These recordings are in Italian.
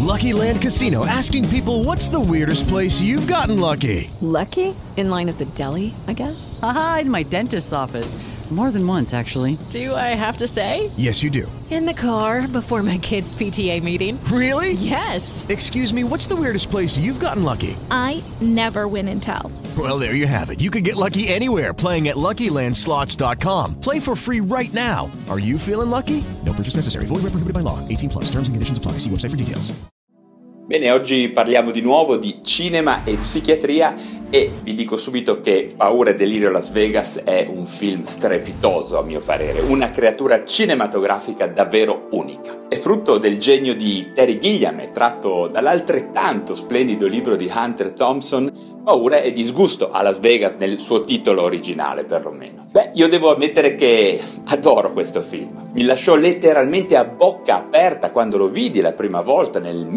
Lucky Land Casino, asking people, what's the weirdest place you've gotten lucky? Lucky? In line at the deli, I guess? Aha, in my dentist's office. More than once, actually. Do I have to say? Yes, you do. In the car before my kids' PTA meeting. Really? Yes. Excuse me, what's the weirdest place you've gotten lucky? I never win and tell. Well, there you have it. You can get lucky anywhere, playing at LuckyLandSlots.com. Play for free right now. Are you feeling lucky? No purchase necessary. Void where prohibited by law. 18+. Terms and conditions apply. See website for details. Bene, oggi parliamo di nuovo di cinema e psichiatria e vi dico subito che Paura e delirio Las Vegas è un film strepitoso a mio parere, una creatura cinematografica davvero unica. È frutto del genio di Terry Gilliam e tratto dall'altrettanto splendido libro di Hunter Thompson, Paura e disgusto a Las Vegas nel suo titolo originale perlomeno. Beh, io devo ammettere che adoro questo film. Mi lasciò letteralmente a bocca aperta quando lo vidi la prima volta nel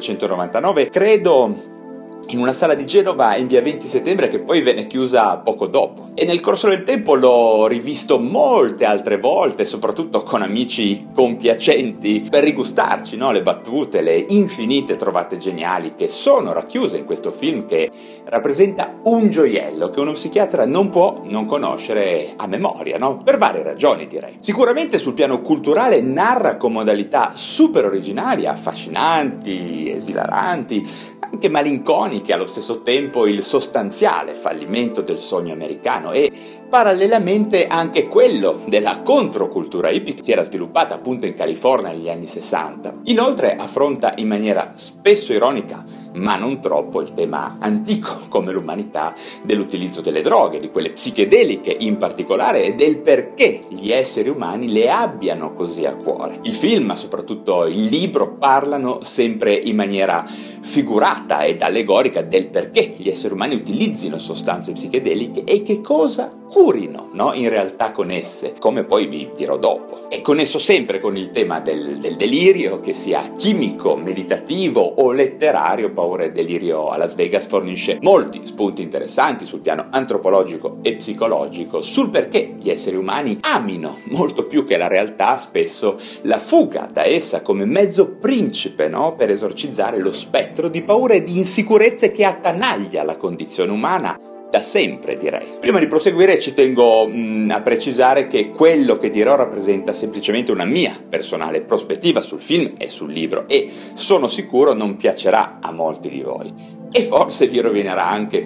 1999, credo in una sala di Genova in via 20 settembre che poi venne chiusa poco dopo. E nel corso del tempo l'ho rivisto molte altre volte, soprattutto con amici compiacenti, per rigustarci, no? Le battute, le infinite trovate geniali che sono racchiuse in questo film che rappresenta un gioiello che uno psichiatra non può non conoscere a memoria, no? Per varie ragioni, direi. Sicuramente sul piano culturale narra con modalità super originali, affascinanti, esilaranti, anche malinconiche allo stesso tempo, il sostanziale fallimento del sogno americano e parallelamente anche quello della controcultura hippie che si era sviluppata appunto in California negli anni 60. Inoltre affronta in maniera spesso ironica, ma non troppo, il tema antico come l'umanità dell'utilizzo delle droghe, di quelle psichedeliche in particolare, e del perché gli esseri umani le abbiano così a cuore. Il film, ma soprattutto il libro, parlano sempre in maniera figurata ed allegorica del perché gli esseri umani utilizzino sostanze psichedeliche e che cosa curino, no? In realtà con esse, come poi vi dirò dopo. E connesso sempre con il tema del delirio, che sia chimico, meditativo o letterario, Paura e delirio a Las Vegas fornisce molti spunti interessanti sul piano antropologico e psicologico, sul perché gli esseri umani amino, molto più che la realtà, spesso la fuga da essa come mezzo principe, no? Per esorcizzare lo spettro di paura e di insicurezze che attanaglia la condizione umana da sempre, direi. Prima di proseguire ci tengo a precisare che quello che dirò rappresenta semplicemente una mia personale prospettiva sul film e sul libro e sono sicuro non piacerà a molti di voi. E forse vi rovinerà anche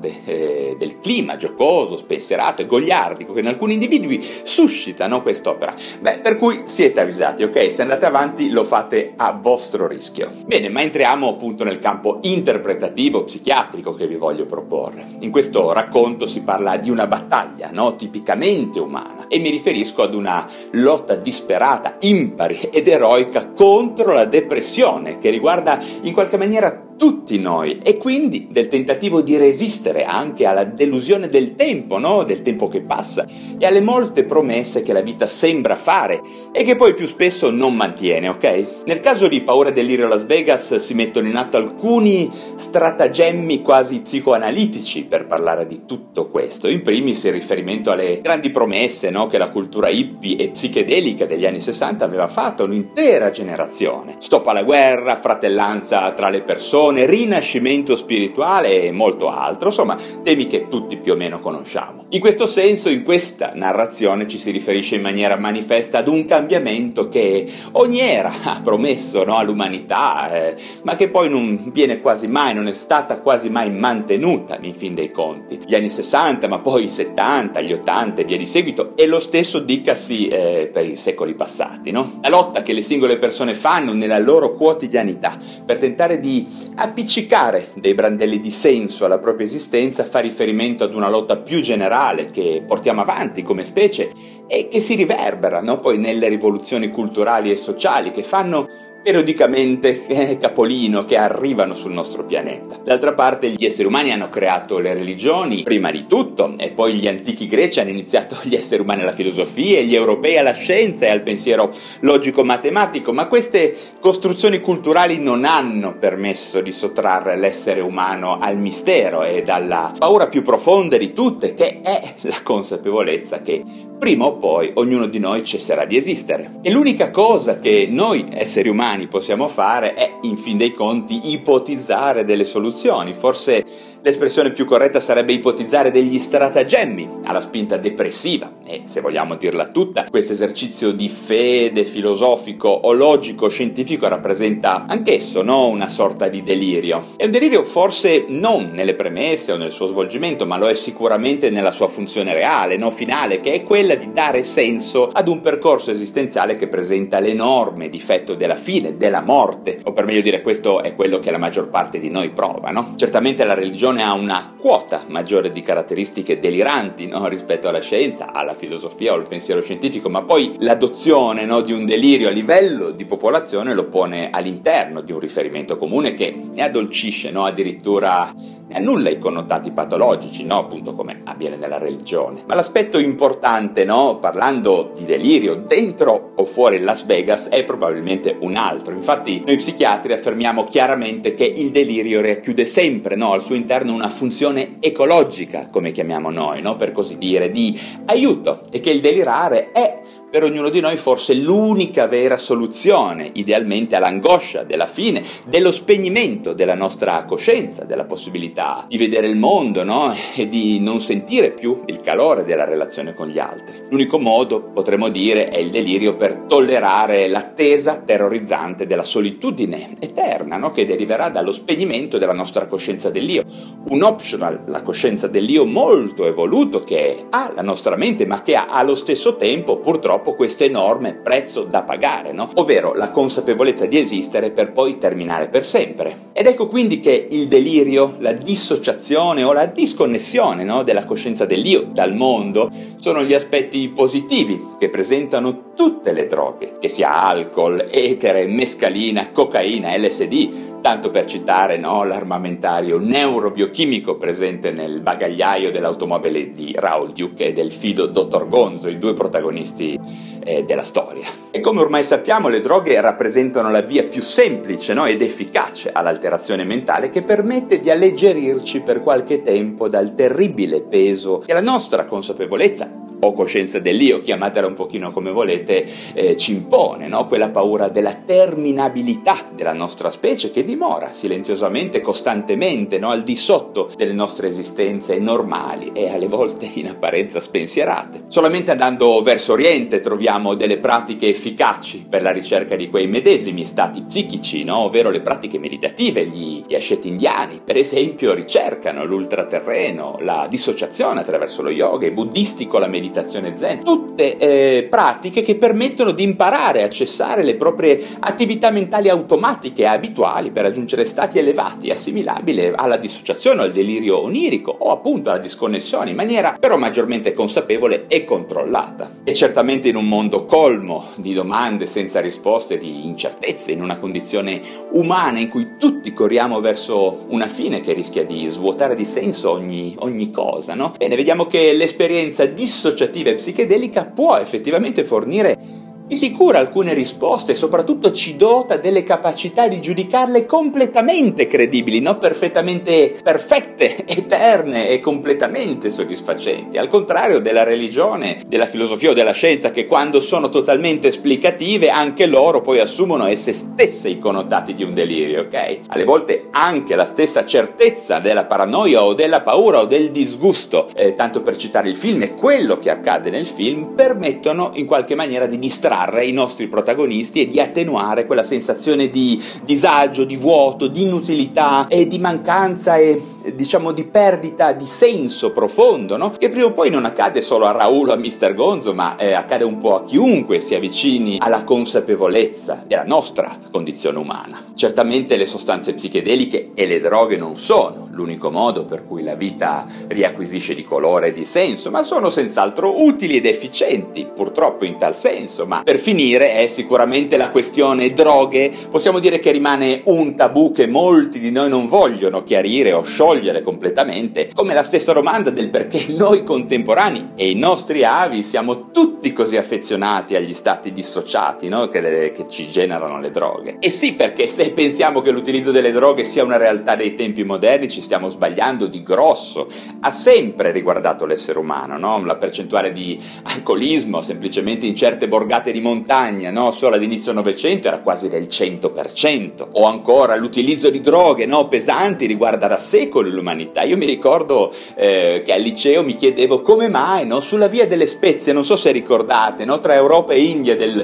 parte del clima giocoso, spensierato e goliardico che in alcuni individui suscitano quest'opera. Beh, per cui siete avvisati, ok? Se andate avanti lo fate a vostro rischio. Bene, ma entriamo appunto nel campo interpretativo psichiatrico che vi voglio proporre. In questo racconto si parla di una battaglia, no? Tipicamente umana, e mi riferisco ad una lotta disperata, impari ed eroica contro la depressione che riguarda in qualche maniera tutti noi e quindi del tentativo di resistere anche alla delusione del tempo, no? Del tempo che passa e alle molte promesse che la vita sembra fare e che poi più spesso non mantiene, ok? Nel caso di Paura e delirio Las Vegas si mettono in atto alcuni stratagemmi quasi psicoanalitici per parlare di tutto questo. In primis il riferimento alle grandi promesse, no? Che la cultura hippie e psichedelica degli anni 60 aveva fatto a un'intera generazione. Stop alla guerra, fratellanza tra le persone, rinascimento spirituale e molto altro, insomma temi che tutti più o meno conosciamo. In questo senso, in questa narrazione ci si riferisce in maniera manifesta ad un cambiamento che ogni era ha promesso, no, all'umanità, ma che poi non viene quasi mai, non è stata quasi mai mantenuta in fin dei conti. Gli anni 60, ma poi i 70, gli 80 e via di seguito, e lo stesso dicasi per i secoli passati, no? La lotta che le singole persone fanno nella loro quotidianità per tentare di appiccicare dei brandelli di senso alla propria esistenza fa riferimento ad una lotta più generale che portiamo avanti come specie e che si riverbera, no? Poi nelle rivoluzioni culturali e sociali che fanno periodicamente capolino, che arrivano sul nostro pianeta. D'altra parte gli esseri umani hanno creato le religioni prima di tutto e poi gli antichi greci hanno iniziato gli esseri umani alla filosofia e gli europei alla scienza e al pensiero logico-matematico, ma queste costruzioni culturali non hanno permesso di sottrarre l'essere umano al mistero e dalla paura più profonda di tutte, che è la consapevolezza che prima o poi ognuno di noi cesserà di esistere. E l'unica cosa che noi esseri umani possiamo fare è, in fin dei conti, ipotizzare delle soluzioni. Forse l'espressione più corretta sarebbe ipotizzare degli stratagemmi alla spinta depressiva. E se vogliamo dirla tutta, questo esercizio di fede filosofico o logico scientifico rappresenta anch'esso, no? Una sorta di delirio. È un delirio forse non nelle premesse o nel suo svolgimento, ma lo è sicuramente nella sua funzione reale, no? Finale, che è quella di dare senso ad un percorso esistenziale che presenta l'enorme difetto della fine, della morte. O per meglio dire, questo è quello che la maggior parte di noi prova, no? Certamente la religione ha una quota maggiore di caratteristiche deliranti, no? Rispetto alla scienza, alla filosofia o al pensiero scientifico, ma poi l'adozione, no, di un delirio a livello di popolazione lo pone all'interno di un riferimento comune che ne addolcisce, no? Addirittura ne annulla i connotati patologici, no? Appunto come avviene nella religione. Ma l'aspetto importante, no? Parlando di delirio dentro o fuori Las Vegas è probabilmente un altro. Infatti noi psichiatri affermiamo chiaramente che il delirio racchiude sempre, no? Al suo interno una funzione ecologica, come chiamiamo noi, no? Per così dire, di aiuto, e che il delirare è per ognuno di noi forse l'unica vera soluzione, idealmente all'angoscia della fine, dello spegnimento della nostra coscienza, della possibilità di vedere il mondo, no? E di non sentire più il calore della relazione con gli altri. L'unico modo, potremmo dire, è il delirio per tollerare l'attesa terrorizzante della solitudine eterna, no? Che deriverà dallo spegnimento della nostra coscienza dell'io. Un optional, la coscienza dell'io molto evoluto che ha la nostra mente, ma che ha allo stesso tempo, purtroppo, questo enorme prezzo da pagare, no? Ovvero la consapevolezza di esistere per poi terminare per sempre. Ed ecco quindi che il delirio, la dissociazione o la disconnessione, no, della coscienza dell'io dal mondo sono gli aspetti positivi che presentano tutte le droghe, che sia alcol, etere, mescalina, cocaina, LSD, tanto per citare, no, l'armamentario neurobiochimico presente nel bagagliaio dell'automobile di Raoul Duke e del fido Dottor Gonzo, i due protagonisti della storia. E come ormai sappiamo, le droghe rappresentano la via più semplice, no, ed efficace all'alterazione mentale, che permette di alleggerirci per qualche tempo dal terribile peso che la nostra consapevolezza o coscienza dell'io, chiamatela un pochino come volete, ci impone, no? Quella paura della terminabilità della nostra specie che dimora silenziosamente, costantemente, no? Al di sotto delle nostre esistenze normali e alle volte in apparenza spensierate. Solamente andando verso Oriente troviamo delle pratiche efficaci per la ricerca di quei medesimi stati psichici, no? Ovvero le pratiche meditative. Gli asceti indiani, per esempio, ricercano l'ultraterreno, la dissociazione attraverso lo yoga, i buddisti con la meditazione zen, tutte pratiche che permettono di imparare a cessare le proprie attività mentali automatiche e abituali per raggiungere stati elevati, assimilabili alla dissociazione, al delirio onirico o appunto alla disconnessione, in maniera però maggiormente consapevole e controllata. E certamente in un mondo colmo di domande senza risposte, di incertezze, in una condizione umana in cui tutti corriamo verso una fine che rischia di svuotare di senso ogni cosa, no? Bene, vediamo che l'esperienza dissociativa e psichedelica può effettivamente fornire di sicuro alcune risposte e soprattutto ci dota delle capacità di giudicarle completamente credibili, no? Perfettamente perfette, eterne e completamente soddisfacenti, al contrario della religione, della filosofia o della scienza, che quando sono totalmente esplicative anche loro poi assumono esse stesse i connotati di un delirio, ok? Alle volte anche la stessa certezza della paranoia o della paura o del disgusto, tanto per citare il film e quello che accade nel film, permettono in qualche maniera di distrarre i nostri protagonisti e di attenuare quella sensazione di disagio, di vuoto, di inutilità e di mancanza e diciamo di perdita di senso profondo, no? Che prima o poi non accade solo a Raoul o a Mr. Gonzo, ma accade un po' a chiunque si avvicini alla consapevolezza della nostra condizione umana. Certamente le sostanze psichedeliche e le droghe non sono l'unico modo per cui la vita riacquisisce di colore e di senso, ma sono senz'altro utili ed efficienti, purtroppo in tal senso. Ma per finire è sicuramente la questione droghe, possiamo dire che rimane un tabù che molti di noi non vogliono chiarire o sciogliere distruggere completamente, come la stessa domanda del perché noi contemporanei e i nostri avi siamo tutti così affezionati agli stati dissociati, no? che ci generano le droghe. E sì, perché se pensiamo che l'utilizzo delle droghe sia una realtà dei tempi moderni ci stiamo sbagliando di grosso. Ha sempre riguardato l'essere umano, no? La percentuale di alcolismo semplicemente in certe borgate di montagna, no? Solo ad inizio Novecento era quasi del 100%. O ancora l'utilizzo di droghe, no? Pesanti riguarda da secoli l'umanità. Io mi ricordo che al liceo mi chiedevo come mai, no? Sulla via delle spezie, non so se ricordate, no? Tra Europa e India del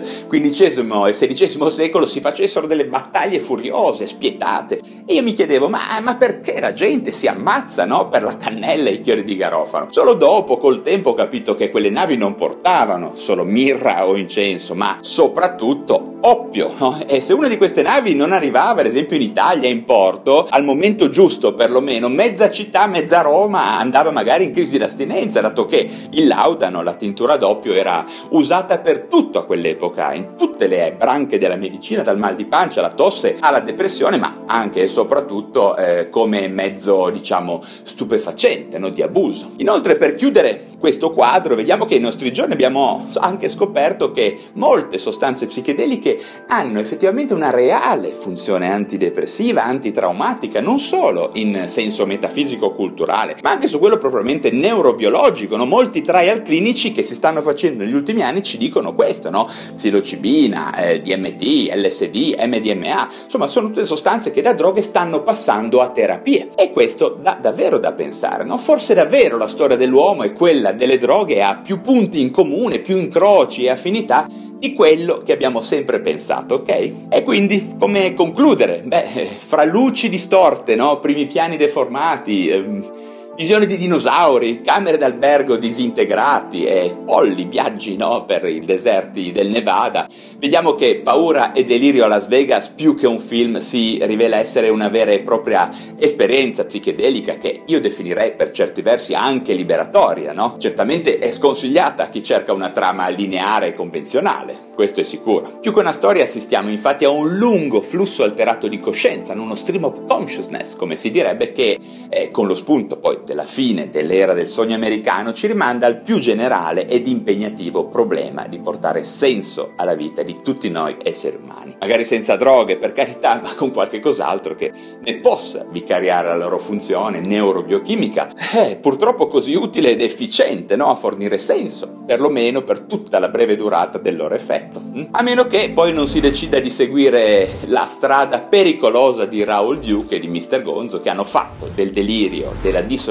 XV e XVI secolo si facessero delle battaglie furiose, spietate, e io mi chiedevo ma perché la gente si ammazza, no? Per la cannella e i fiori di garofano. Solo dopo, col tempo, ho capito che quelle navi non portavano solo mirra o incenso, ma soprattutto oppio, no? E se una di queste navi non arrivava, ad esempio in Italia, in porto, al momento giusto perlomeno, mezza città, mezza Roma andava magari in crisi di astinenza, dato che il laudano, la tintura d'oppio, era usata per tutto a quell'epoca, in tutte le branche della medicina, dal mal di pancia alla tosse alla depressione, ma anche e soprattutto come mezzo, diciamo, stupefacente, no? Di abuso. Inoltre, per chiudere questo quadro, vediamo che ai nostri giorni abbiamo anche scoperto che molte sostanze psichedeliche hanno effettivamente una reale funzione antidepressiva, antitraumatica, non solo in senso metafisico-culturale, ma anche su quello propriamente neurobiologico, no? Molti trial clinici che si stanno facendo negli ultimi anni ci dicono questo, no? Psilocibina, DMT, LSD, MDMA, insomma sono tutte sostanze che da droghe stanno passando a terapie, e questo dà davvero da pensare, no? Forse davvero la storia dell'uomo è quella delle droghe, ha più punti in comune, più incroci e affinità di quello che abbiamo sempre pensato, ok? E quindi, come concludere? Fra luci distorte, no? Primi piani deformati, visioni di dinosauri, camere d'albergo disintegrati e folli viaggi, no? Per i deserti del Nevada, vediamo che Paura e delirio a Las Vegas, più che un film, si rivela essere una vera e propria esperienza psichedelica che io definirei per certi versi anche liberatoria, no? Certamente è sconsigliata a chi cerca una trama lineare e convenzionale, questo è sicuro. Più che una storia assistiamo infatti a un lungo flusso alterato di coscienza, uno stream of consciousness, come si direbbe, che con lo spunto poi della fine dell'era del sogno americano ci rimanda al più generale ed impegnativo problema di portare senso alla vita di tutti noi esseri umani. Magari senza droghe, per carità, ma con qualche cos'altro che ne possa vicariare la loro funzione neurobiochimica, purtroppo così utile ed efficiente, no? A fornire senso, perlomeno per tutta la breve durata del loro effetto. A meno che poi non si decida di seguire la strada pericolosa di Raoul Duke e di Mr. Gonzo, che hanno fatto del delirio, della dissociazione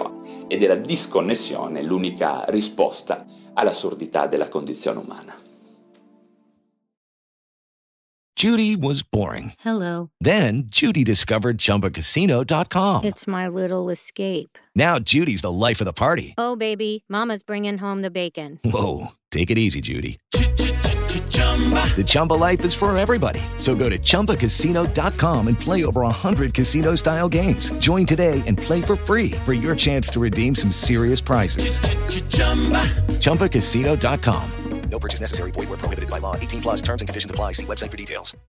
e della disconnessione l'unica risposta all'assurdità della condizione umana. Judy was boring. Hello. Then Judy discovered ChumbaCasino.com. It's my little escape. Now Judy's the life of the party. Oh, baby, mama's bringing home the bacon. Whoa, take it easy, Judy. The Chumba life is for everybody. So go to ChumbaCasino.com and play over 100 casino-style games. Join today and play for free for your chance to redeem some serious prizes. ChumbaCasino.com. No purchase necessary. Void where prohibited by law. 18+ terms and conditions apply. See website for details.